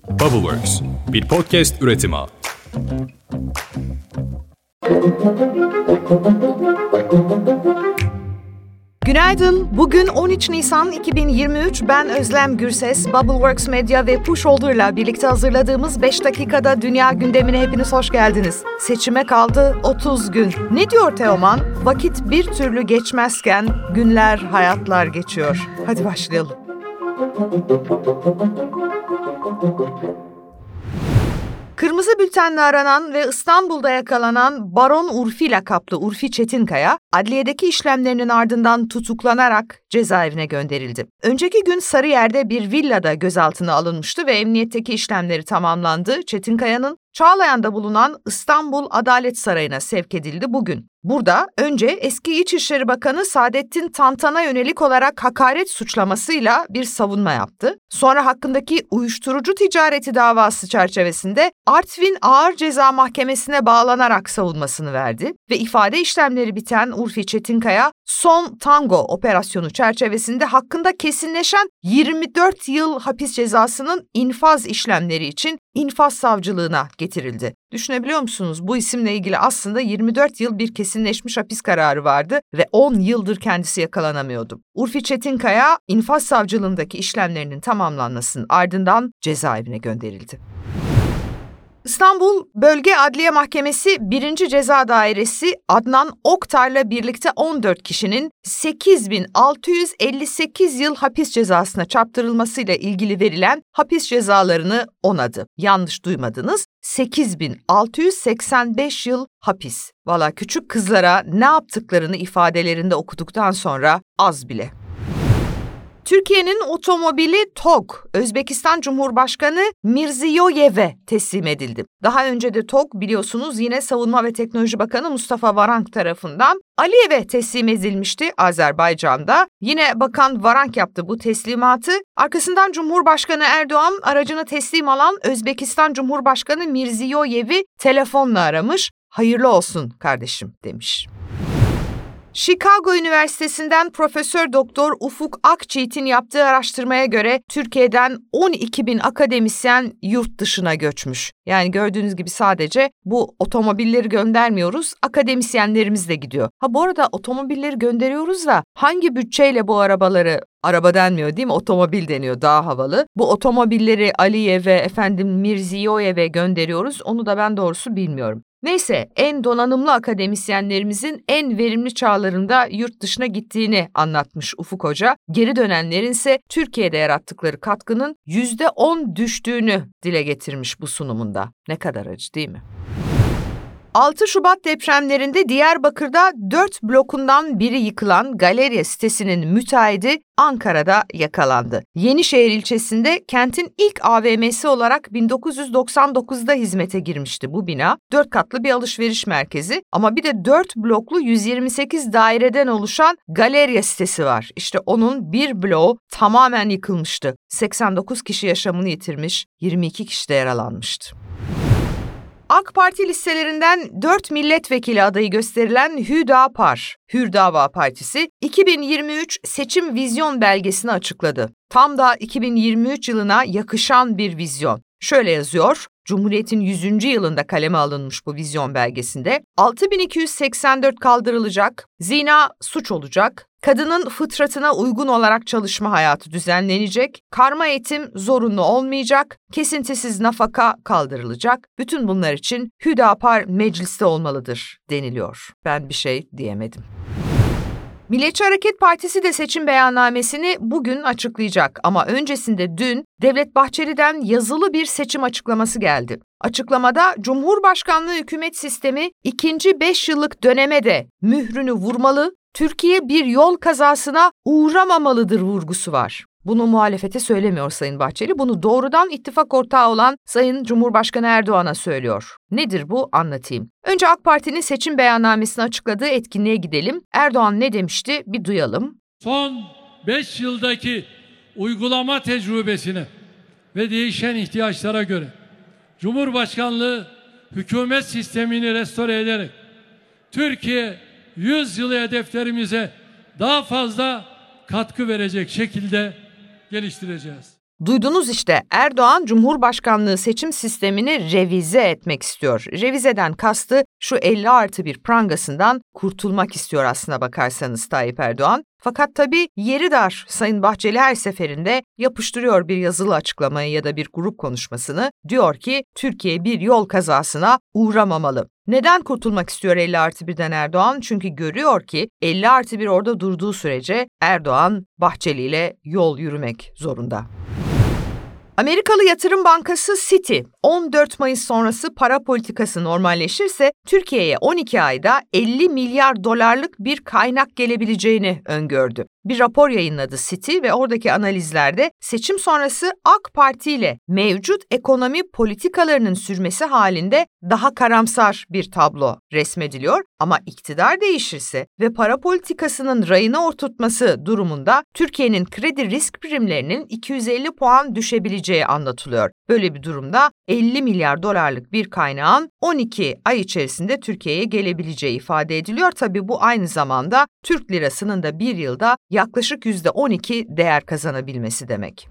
Bubbleworks, bir podcast üretimi. Günaydın. Bugün 13 Nisan 2023. Ben Özlem Gürses. Bubbleworks Medya ve Pusholder'la birlikte hazırladığımız 5 dakikada dünya gündemine hepiniz hoş geldiniz. Seçime kaldı 30 gün. Ne diyor Teoman? Vakit bir türlü geçmezken günler, hayatlar geçiyor. Hadi başlayalım. Kırmızı bültenle aranan ve İstanbul'da yakalanan Baron Urfi lakaplı Urfi Çetinkaya, adliyedeki işlemlerinin ardından tutuklanarak cezaevine gönderildi. Önceki gün Sarıyer'de bir villada gözaltına alınmıştı ve emniyetteki işlemleri tamamlandı. Çetinkaya'nın Çağlayan'da bulunan İstanbul Adalet Sarayı'na sevk edildi bugün. Burada önce eski İçişleri Bakanı Saadettin Tantan'a yönelik olarak hakaret suçlamasıyla bir savunma yaptı. Sonra hakkındaki uyuşturucu ticareti davası çerçevesinde Artvin Ağır Ceza Mahkemesi'ne bağlanarak savunmasını verdi ve ifade işlemleri biten Urfi Çetinkaya, Son Tango operasyonu çerçevesinde hakkında kesinleşen 24 yıl hapis cezasının infaz işlemleri için infaz savcılığına getirildi. Düşünebiliyor musunuz? Bu isimle ilgili aslında 24 yıl bir kesinleşmiş hapis kararı vardı ve 10 yıldır kendisi yakalanamıyordu. Urfi Çetinkaya, infaz savcılığındaki işlemlerinin tamamlanmasının ardından cezaevine gönderildi. İstanbul Bölge Adliye Mahkemesi 1. Ceza Dairesi Adnan Oktar'la birlikte 14 kişinin 8.658 yıl hapis cezasına çarptırılmasıyla ilgili verilen hapis cezalarını onadı. Yanlış duymadınız, 8.685 yıl hapis. Valla küçük kızlara ne yaptıklarını ifadelerinde okuduktan sonra az bile. Türkiye'nin otomobili TOG, Özbekistan Cumhurbaşkanı Mirziyoyev'e teslim edildi. Daha önce de TOG biliyorsunuz yine Savunma ve Teknoloji Bakanı Mustafa Varank tarafından Aliyev'e teslim edilmişti Azerbaycan'da. Yine Bakan Varank yaptı bu teslimatı. Arkasından Cumhurbaşkanı Erdoğan aracını teslim alan Özbekistan Cumhurbaşkanı Mirziyoyev'i telefonla aramış. "Hayırlı olsun kardeşim" demiş. Chicago Üniversitesi'nden Profesör Doktor Ufuk Akçiğit'in yaptığı araştırmaya göre Türkiye'den 12.000 akademisyen yurt dışına göçmüş. Yani gördüğünüz gibi sadece bu otomobilleri göndermiyoruz, akademisyenlerimiz de gidiyor. Bu arada otomobilleri gönderiyoruz da hangi bütçeyle bu arabaları, araba denmiyor değil mi? Otomobil deniyor, daha havalı. Bu otomobilleri Aliyev'e, Mirziyoyev'e gönderiyoruz, onu da ben doğrusu bilmiyorum. Neyse, en donanımlı akademisyenlerimizin en verimli çağlarında yurt dışına gittiğini anlatmış Ufuk Hoca. Geri dönenlerin ise Türkiye'de yarattıkları katkının %10 düştüğünü dile getirmiş bu sunumunda. Ne kadar acı değil mi? 6 Şubat depremlerinde Diyarbakır'da 4 blokundan biri yıkılan Galerya sitesinin müteahhidi Ankara'da yakalandı. Yenişehir ilçesinde kentin ilk AVM'si olarak 1999'da hizmete girmişti bu bina. 4 katlı bir alışveriş merkezi ama bir de 4 bloklu 128 daireden oluşan Galerya sitesi var. İşte onun bir bloğu tamamen yıkılmıştı. 89 kişi yaşamını yitirmiş, 22 kişi de yaralanmıştı. AK Parti listelerinden 4 milletvekili adayı gösterilen Hüdapar Partisi 2023 seçim vizyon belgesini açıkladı. Tam da 2023 yılına yakışan bir vizyon. Şöyle yazıyor, Cumhuriyet'in 100. yılında kaleme alınmış bu vizyon belgesinde 6284 kaldırılacak, zina suç olacak, kadının fıtratına uygun olarak çalışma hayatı düzenlenecek, karma eğitim zorunlu olmayacak, kesintisiz nafaka kaldırılacak. Bütün bunlar için Hüdapar mecliste olmalıdır deniliyor. Ben bir şey diyemedim. Milliyetçi Hareket Partisi de seçim beyannamesini bugün açıklayacak ama öncesinde dün Devlet Bahçeli'den yazılı bir seçim açıklaması geldi. Açıklamada Cumhurbaşkanlığı hükümet sistemi 2. 5 yıllık döneme de mührünü vurmalı, Türkiye bir yol kazasına uğramamalıdır vurgusu var. Bunu muhalefete söylemiyor Sayın Bahçeli, bunu doğrudan ittifak ortağı olan Sayın Cumhurbaşkanı Erdoğan'a söylüyor. Nedir bu? Anlatayım. Önce AK Parti'nin seçim beyannamesini açıkladığı etkinliğe gidelim. Erdoğan ne demişti? Bir duyalım. Son 5 yıldaki uygulama tecrübesine ve değişen ihtiyaçlara göre Cumhurbaşkanlığı hükümet sistemini restore ederek Türkiye 100 yılı hedeflerimize daha fazla katkı verecek şekilde geliştireceğiz. Duydunuz işte, Erdoğan Cumhurbaşkanlığı seçim sistemini revize etmek istiyor. Revizeden kastı şu 50+1 prangasından kurtulmak istiyor aslına bakarsanız Tayyip Erdoğan. Fakat tabii yeri dar. Sayın Bahçeli her seferinde yapıştırıyor bir yazılı açıklamayı ya da bir grup konuşmasını. Diyor ki Türkiye bir yol kazasına uğramamalı. Neden kurtulmak istiyor 50+1'den Erdoğan? Çünkü görüyor ki 50+1 orada durduğu sürece Erdoğan Bahçeli ile yol yürümek zorunda. Amerikalı yatırım bankası Citi, 14 Mayıs sonrası para politikası normalleşirse Türkiye'ye 12 ayda 50 milyar dolarlık bir kaynak gelebileceğini öngördü. Bir rapor yayınladı Citi ve oradaki analizlerde seçim sonrası AK Parti ile mevcut ekonomi politikalarının sürmesi halinde daha karamsar bir tablo resmediliyor. Ama iktidar değişirse ve para politikasının rayına oturtması durumunda Türkiye'nin kredi risk primlerinin 250 puan düşebileceği anlatılıyor. Böyle bir durumda 50 milyar dolarlık bir kaynağın 12 ay içerisinde Türkiye'ye gelebileceği ifade ediliyor. Tabii bu aynı zamanda Türk lirasının da bir yılda yaklaşık %12 değer kazanabilmesi demek.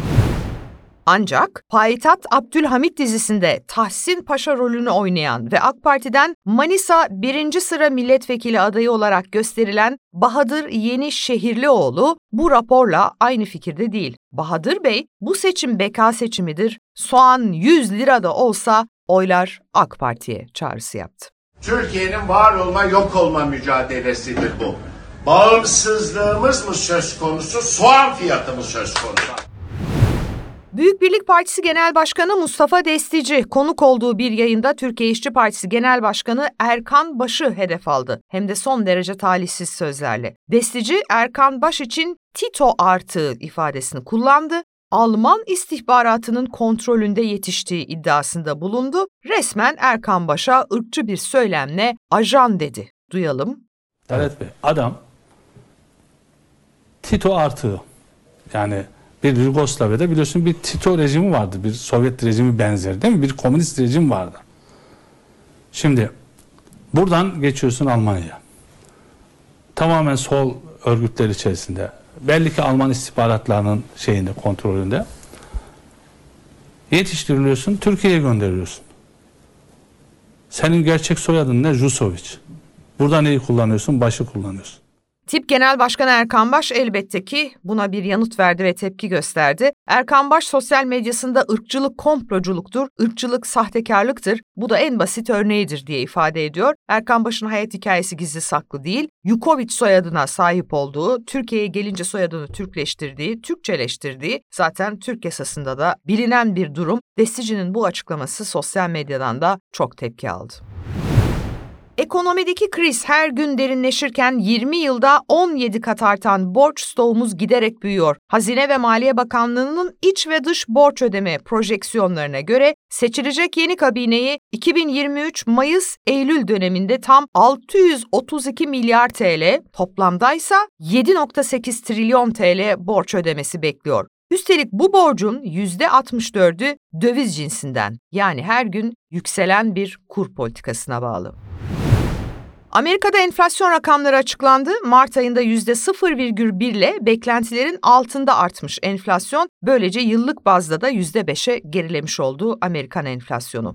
Ancak Payitaht Abdülhamit dizisinde Tahsin Paşa rolünü oynayan ve AK Parti'den Manisa 1. sıra milletvekili adayı olarak gösterilen Bahadır Yenişehirlioğlu bu raporla aynı fikirde değil. Bahadır Bey, bu seçim beka seçimidir, soğan 100 lira da olsa oylar AK Parti'ye çağrısı yaptı. Türkiye'nin var olma yok olma mücadelesidir bu. Bağımsızlığımız mı söz konusu, soğan fiyatı mı söz konusu? Büyük Birlik Partisi Genel Başkanı Mustafa Destici konuk olduğu bir yayında Türkiye İşçi Partisi Genel Başkanı Erkan Baş'ı hedef aldı. Hem de son derece talihsiz sözlerle. Destici Erkan Baş için Tito artığı ifadesini kullandı. Alman istihbaratının kontrolünde yetiştiği iddiasında bulundu. Resmen Erkan Baş'a ırkçı bir söylemle ajan dedi. Duyalım. Evet Bey, adam Tito artığı, yani bir Yugoslavya'da biliyorsun bir Tito rejimi vardı, bir Sovyet rejimi benzeri değil mi? Bir komünist rejim vardı. Şimdi buradan geçiyorsun Almanya'ya. Tamamen sol örgütler içerisinde. Belli ki Alman istihbaratlarının kontrolünde. Yetiştiriliyorsun, Türkiye'ye gönderiyorsun. Senin gerçek soyadın ne? Jusovic. Burada neyi kullanıyorsun? Başı kullanıyorsun. Tip Genel Başkanı Erkan Baş elbette ki buna bir yanıt verdi ve tepki gösterdi. Erkan Baş sosyal medyasında ırkçılık komploculuktur, ırkçılık sahtekarlıktır, bu da en basit örneğidir diye ifade ediyor. Erkan Baş'ın hayat hikayesi gizli saklı değil, Yukovic soyadına sahip olduğu, Türkiye'ye gelince soyadını Türkleştirdiği, Türkçeleştirdiği zaten Türk yasasında da bilinen bir durum. Destici'nin bu açıklaması sosyal medyadan da çok tepki aldı. Ekonomideki kriz her gün derinleşirken 20 yılda 17 kat artan borç stoğumuz giderek büyüyor. Hazine ve Maliye Bakanlığı'nın iç ve dış borç ödeme projeksiyonlarına göre seçilecek yeni kabineyi 2023 Mayıs-Eylül döneminde tam 632 milyar TL, toplamdaysa 7,8 trilyon TL borç ödemesi bekliyor. Üstelik bu borcun %64'ü döviz cinsinden, yani her gün yükselen bir kur politikasına bağlı. Amerika'da enflasyon rakamları açıklandı. Mart ayında %0,1 ile beklentilerin altında artmış enflasyon, böylece yıllık bazda da %5'e gerilemiş oldu Amerikan enflasyonu.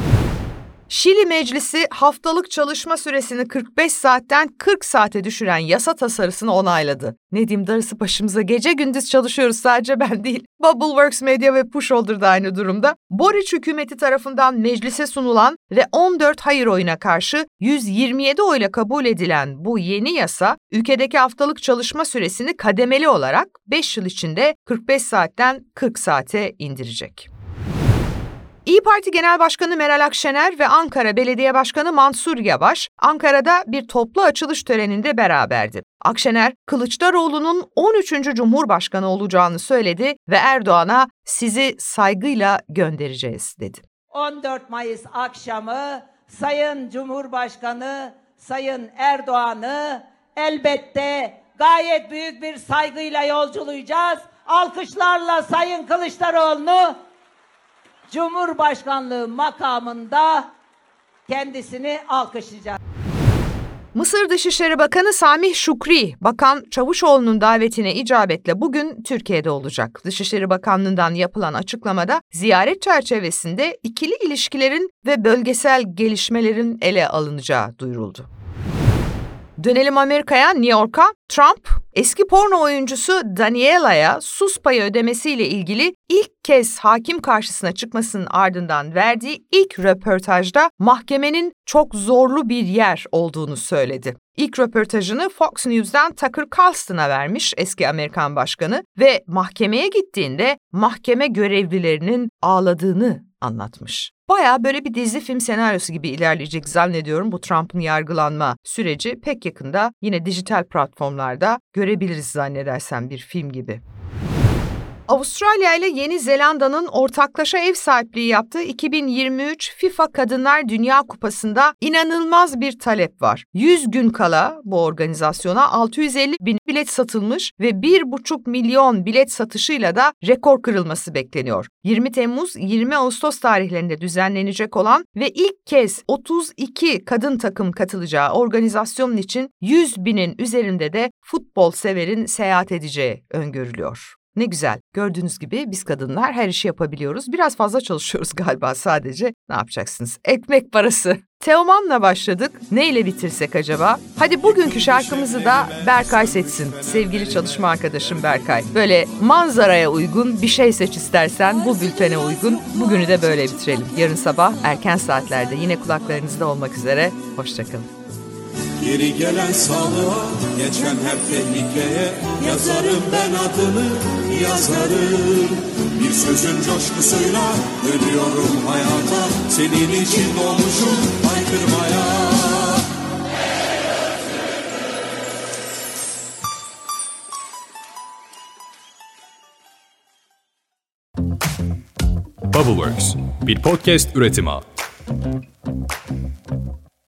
Şili Meclisi haftalık çalışma süresini 45 saatten 40 saate düşüren yasa tasarısını onayladı. Ne diyeyim, darısı başımıza, gece gündüz çalışıyoruz, sadece ben değil. Bubbleworks Media ve Pushholder da aynı durumda. Boric hükümeti tarafından meclise sunulan ve 14 hayır oyuna karşı 127 oyla kabul edilen bu yeni yasa, ülkedeki haftalık çalışma süresini kademeli olarak 5 yıl içinde 45 saatten 40 saate indirecek. İYİ Parti Genel Başkanı Meral Akşener ve Ankara Belediye Başkanı Mansur Yavaş, Ankara'da bir toplu açılış töreninde beraberdi. Akşener, Kılıçdaroğlu'nun 13. Cumhurbaşkanı olacağını söyledi ve Erdoğan'a "sizi saygıyla göndereceğiz" dedi. 14 Mayıs akşamı Sayın Cumhurbaşkanı Sayın Erdoğan'ı elbette gayet büyük bir saygıyla yolculayacağız. Alkışlarla Sayın Kılıçdaroğlu'nu Cumhurbaşkanlığı makamında kendisini alkışlayacağız. Mısır Dışişleri Bakanı Samih Şükri, Bakan Çavuşoğlu'nun davetine icabetle bugün Türkiye'de olacak. Dışişleri Bakanlığı'ndan yapılan açıklamada ziyaret çerçevesinde ikili ilişkilerin ve bölgesel gelişmelerin ele alınacağı duyuruldu. Dönelim Amerika'ya, New York'a. Trump, eski porno oyuncusu Daniela'ya sus payı ödemesiyle ilgili ilk kez hakim karşısına çıkmasının ardından verdiği ilk röportajda mahkemenin çok zorlu bir yer olduğunu söyledi. İlk röportajını Fox News'dan Tucker Carlson'a vermiş eski Amerikan başkanı ve mahkemeye gittiğinde mahkeme görevlilerinin ağladığını anlatmış. Bayağı böyle bir dizi film senaryosu gibi ilerleyecek zannediyorum bu Trump'ın yargılanma süreci. Pek yakında yine dijital platformlarda görebiliriz zannedersem bir film gibi. Avustralya ile Yeni Zelanda'nın ortaklaşa ev sahipliği yaptığı 2023 FIFA Kadınlar Dünya Kupası'nda inanılmaz bir talep var. 100 gün kala bu organizasyona 650 bin bilet satılmış ve 1,5 milyon bilet satışıyla da rekor kırılması bekleniyor. 20 Temmuz 20 Ağustos tarihlerinde düzenlenecek olan ve ilk kez 32 kadın takım katılacağı organizasyonun için 100 binin üzerinde de futbol severin seyahat edeceği öngörülüyor. Ne güzel. Gördüğünüz gibi biz kadınlar her işi yapabiliyoruz. Biraz fazla çalışıyoruz galiba sadece. Ne yapacaksınız? Ekmek parası. Teoman'la başladık. Neyle bitirsek acaba? Hadi bugünkü şarkımızı da Berkay seçsin. Sevgili çalışma arkadaşım Berkay. Böyle manzaraya uygun bir şey seç istersen, bu bültene uygun. Bugünü de böyle bitirelim. Yarın sabah erken saatlerde yine kulaklarınızda olmak üzere. Hoşçakalın. Geri gelen sağlığa, geçen her tehlikeye yazarım ben adını, yazarım. Bir sözün coşkusuyla dönüyorum hayata, senin için doğmuşum haykırmaya. Bubbleworks, bir podcast üretimi.